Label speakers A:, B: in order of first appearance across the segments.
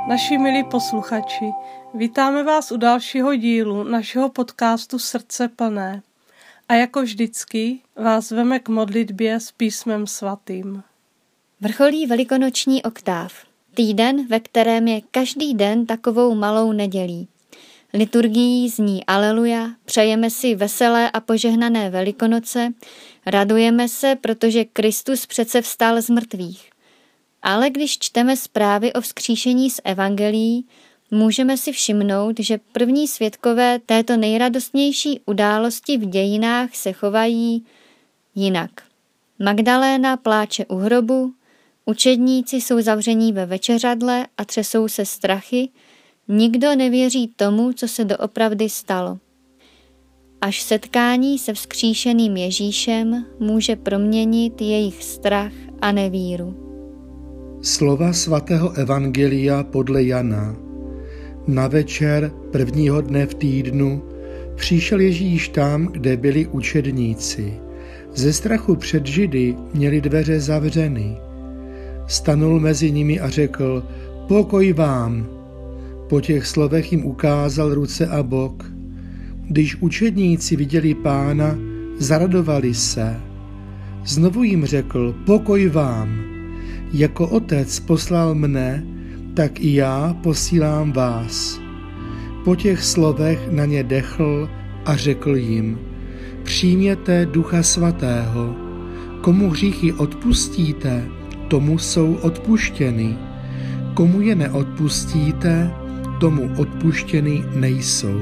A: Naši milí posluchači, vítáme vás u dalšího dílu našeho podcastu Srdce plné. A jako vždycky vás veme k modlitbě s písmem svatým.
B: Vrcholí velikonoční oktáv, týden, ve kterém je každý den takovou malou nedělí. Liturgií zní Aleluja, přejeme si veselé a požehnané Velikonoce, radujeme se, protože Kristus přece vstal z mrtvých. Ale když čteme zprávy o vzkříšení z evangelií, můžeme si všimnout, že první svědkové této nejradostnější události v dějinách se chovají jinak. Magdaléna pláče u hrobu, učedníci jsou zavření ve večeřadle a třesou se strachy, nikdo nevěří tomu, co se doopravdy stalo. Až setkání se vzkříšeným Ježíšem může proměnit jejich strach a nevíru.
C: Slova svatého evangelia podle Jana. Na večer prvního dne v týdnu přišel Ježíš tam, kde byli učedníci. Ze strachu před Židy měli dveře zavřeny. Stanul mezi nimi a řekl: Pokoj vám. Po těch slovech jim ukázal ruce a bok. Když učedníci viděli Pána, zaradovali se. Znovu jim řekl: Pokoj vám. Jako Otec poslal mne, tak i já posílám vás. Po těch slovech na ně dechl a řekl jim: Přijměte Ducha Svatého. Komu hříchy odpustíte, tomu jsou odpuštěny. Komu je neodpustíte, tomu odpuštěny nejsou.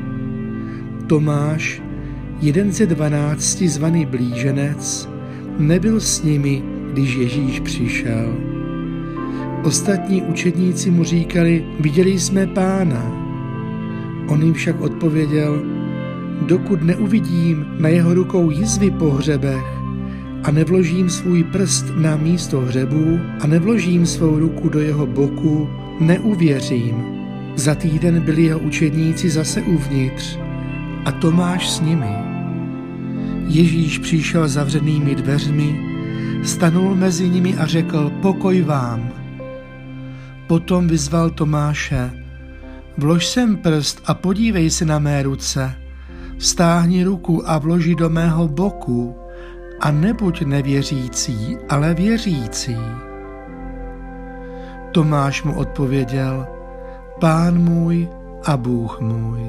C: Tomáš, jeden ze 12 zvaný blíženec, nebyl s nimi, když Ježíš přišel. Ostatní učedníci mu říkali: Viděli jsme Pána. On jim však odpověděl: Dokud neuvidím na jeho rukou jizvy po hřebech a nevložím svůj prst na místo hřebů a nevložím svou ruku do jeho boku, neuvěřím. Za týden byli jeho učedníci zase uvnitř a Tomáš s nimi. Ježíš přišel zavřenými dveřmi, stanul mezi nimi a řekl: Pokoj vám. Potom vyzval Tomáše: Vlož sem prst a podívej se na mé ruce. Vztáhni ruku a vloži do mého boku a nebuď nevěřící, ale věřící. Tomáš mu odpověděl: Pán můj a Bůh můj.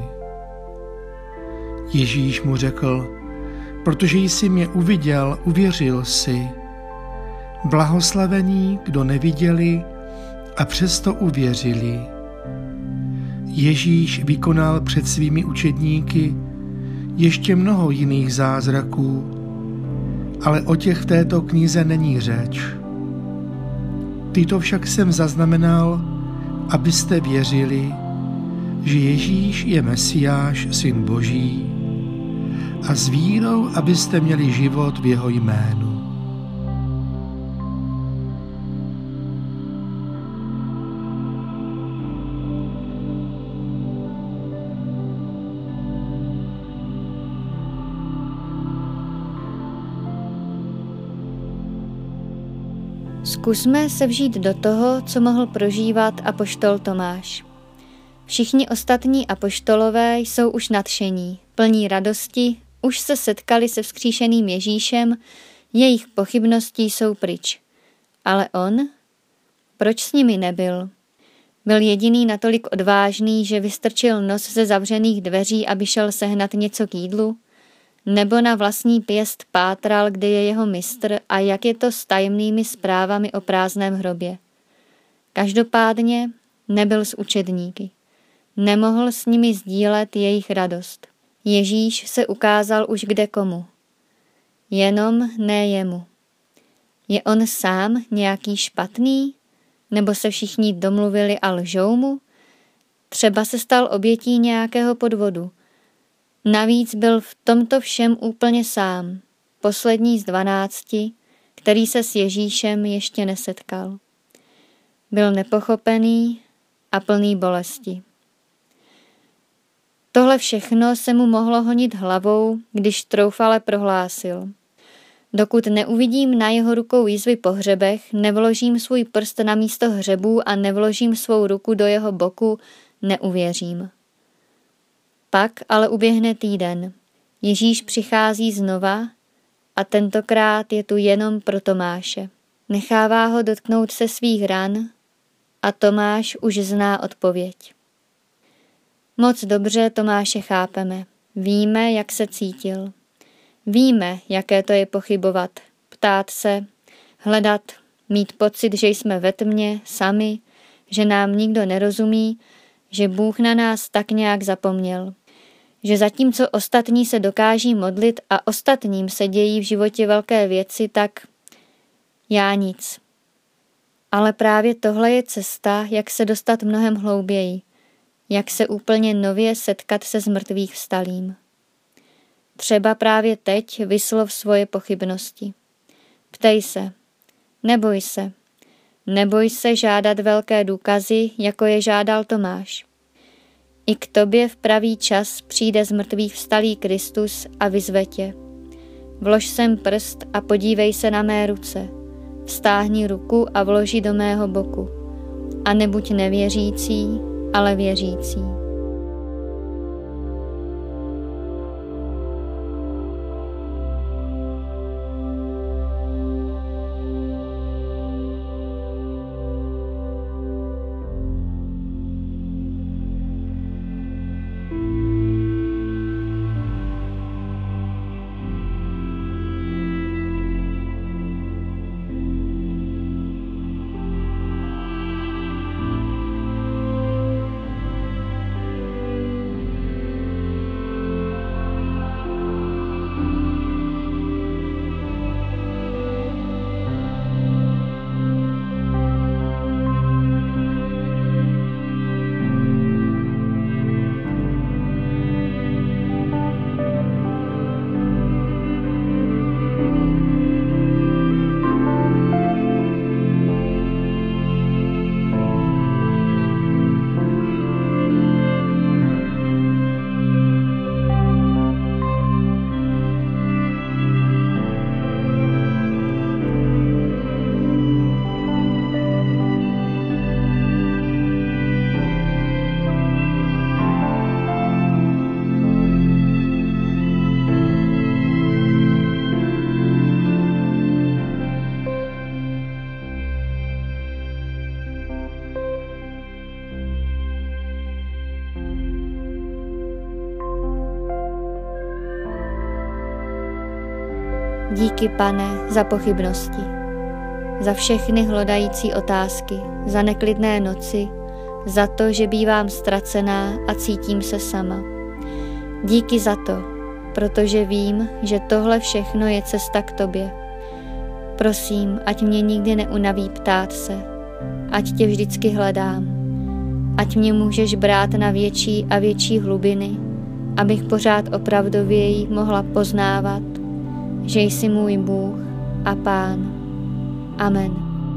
C: Ježíš mu řekl: Protože jsi mě uviděl, uvěřil jsi. Blahoslavení, kdo neviděli a přesto uvěřili. Ježíš vykonal před svými učedníky ještě mnoho jiných zázraků, ale o těch v této knize není řeč. Tyto však jsem zaznamenal, abyste věřili, že Ježíš je Mesiáš, Syn Boží, a s vírou, abyste měli život v jeho jménu.
B: Zkusme se vžít do toho, co mohl prožívat apoštol Tomáš. Všichni ostatní apoštolové jsou už nadšení, plní radosti, už se setkali se vzkříšeným Ježíšem, jejich pochybnosti jsou pryč. Ale on? Proč s nimi nebyl? Byl jediný natolik odvážný, že vystrčil nos ze zavřených dveří, aby šel sehnat něco k jídlu? Nebo na vlastní pěst pátral, kde je jeho mistr a jak je to s tajemnými zprávami o prázdném hrobě? Každopádně nebyl s učedníky. Nemohl s nimi sdílet jejich radost. Ježíš se ukázal už kde komu. Jenom ne jemu. Je on sám nějaký špatný? Nebo se všichni domluvili a lžou mu? Třeba se stal obětí nějakého podvodu. Navíc byl v tomto všem úplně sám, poslední z 12, který se s Ježíšem ještě nesetkal. Byl nepochopený a plný bolesti. Tohle všechno se mu mohlo honit hlavou, když troufale prohlásil: Dokud neuvidím na jeho rukou jizvy po hřebech, nevložím svůj prst na místo hřebů a nevložím svou ruku do jeho boku, neuvěřím. Pak ale uběhne týden. Ježíš přichází znova a tentokrát je tu jenom pro Tomáše. Nechává ho dotknout se svých ran a Tomáš už zná odpověď. Moc dobře Tomáše chápeme. Víme, jak se cítil. Víme, jaké to je pochybovat, ptát se, hledat, mít pocit, že jsme ve tmě, sami, že nám nikdo nerozumí, že Bůh na nás tak nějak zapomněl. Že zatímco ostatní se dokáží modlit a ostatním se dějí v životě velké věci, tak já nic. Ale právě tohle je cesta, jak se dostat mnohem hlouběji, jak se úplně nově setkat se zmrtvých vstalým. Třeba právě teď vyslov svoje pochybnosti. Ptej se, neboj se žádat velké důkazy, jako je žádal Tomáš. I k tobě v pravý čas přijde z mrtvých vstalý Kristus a vyzve tě. Vlož sem prst a podívej se na mé ruce. Vztáhni ruku a vloži do mého boku. A nebuď nevěřící, ale věřící. Díky, Pane, za pochybnosti, za všechny hlodající otázky, za neklidné noci, za to, že bývám ztracená a cítím se sama. Díky za to, protože vím, že tohle všechno je cesta k tobě. Prosím, ať mě nikdy neunaví ptát se, ať tě vždycky hledám, ať mě můžeš brát na větší a větší hlubiny, abych pořád opravdověji mohla poznávat, že jsi můj Bůh a Pán. Amen.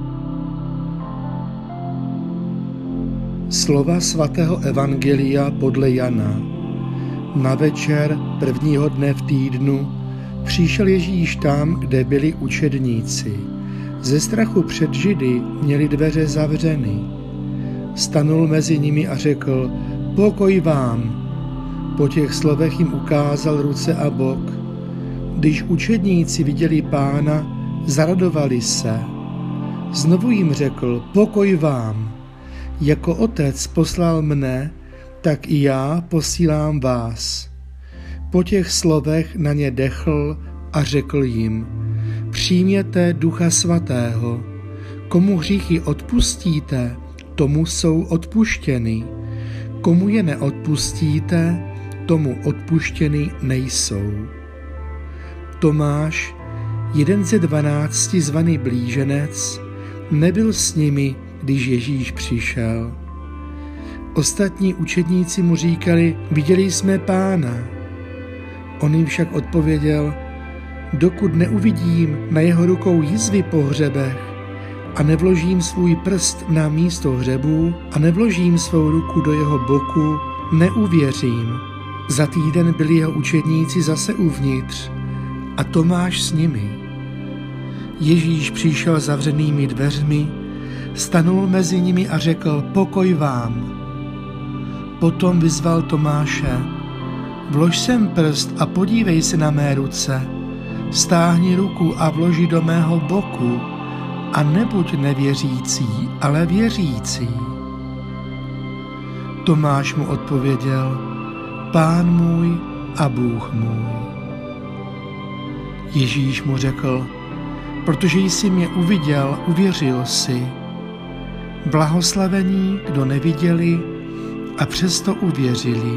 C: Slova svatého Evangelia podle Jana. Na večer prvního dne v týdnu přišel Ježíš tam, kde byli učedníci. Ze strachu před Židy měli dveře zavřeny. Stanul mezi nimi a řekl: Pokoj vám. Po těch slovech jim ukázal ruce a bok. Když učedníci viděli Pána, zaradovali se. Znovu jim řekl: Pokoj vám. Jako Otec poslal mne, tak i já posílám vás. Po těch slovech na ně dechl a řekl jim: Přijměte Ducha Svatého. Komu hříchy odpustíte, tomu jsou odpuštěny. Komu je neodpustíte, tomu odpuštěny nejsou. Tomáš, jeden ze 12 zvaný blíženec, nebyl s nimi, když Ježíš přišel. Ostatní učedníci mu říkali: Viděli jsme Pána. On jim však odpověděl: Dokud neuvidím na jeho rukou jizvy po hřebech a nevložím svůj prst na místo hřebů a nevložím svou ruku do jeho boku, neuvěřím. Za týden byli jeho učedníci zase uvnitř a Tomáš s nimi. Ježíš přišel zavřenými dveřmi, stanul mezi nimi a řekl: pokoj vám. Potom vyzval Tomáše: vlož sem prst a podívej se na mé ruce, stáhni ruku a vloži do mého boku a nebuď nevěřící, ale věřící. Tomáš mu odpověděl: Pán můj a Bůh můj. Ježíš mu řekl: protože jsi mě uviděl, uvěřil jsi. Blahoslavení, kdo neviděli a přesto uvěřili.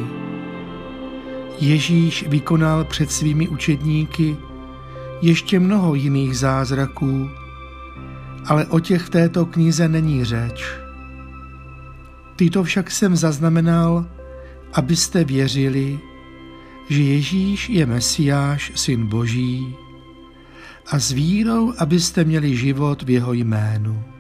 C: Ježíš vykonal před svými učedníky ještě mnoho jiných zázraků, ale o těch v této knize není řeč. Tyto však jsem zaznamenal, abyste věřili, že Ježíš je Mesiáš, Syn Boží, a s vírou, abyste měli život v jeho jménu.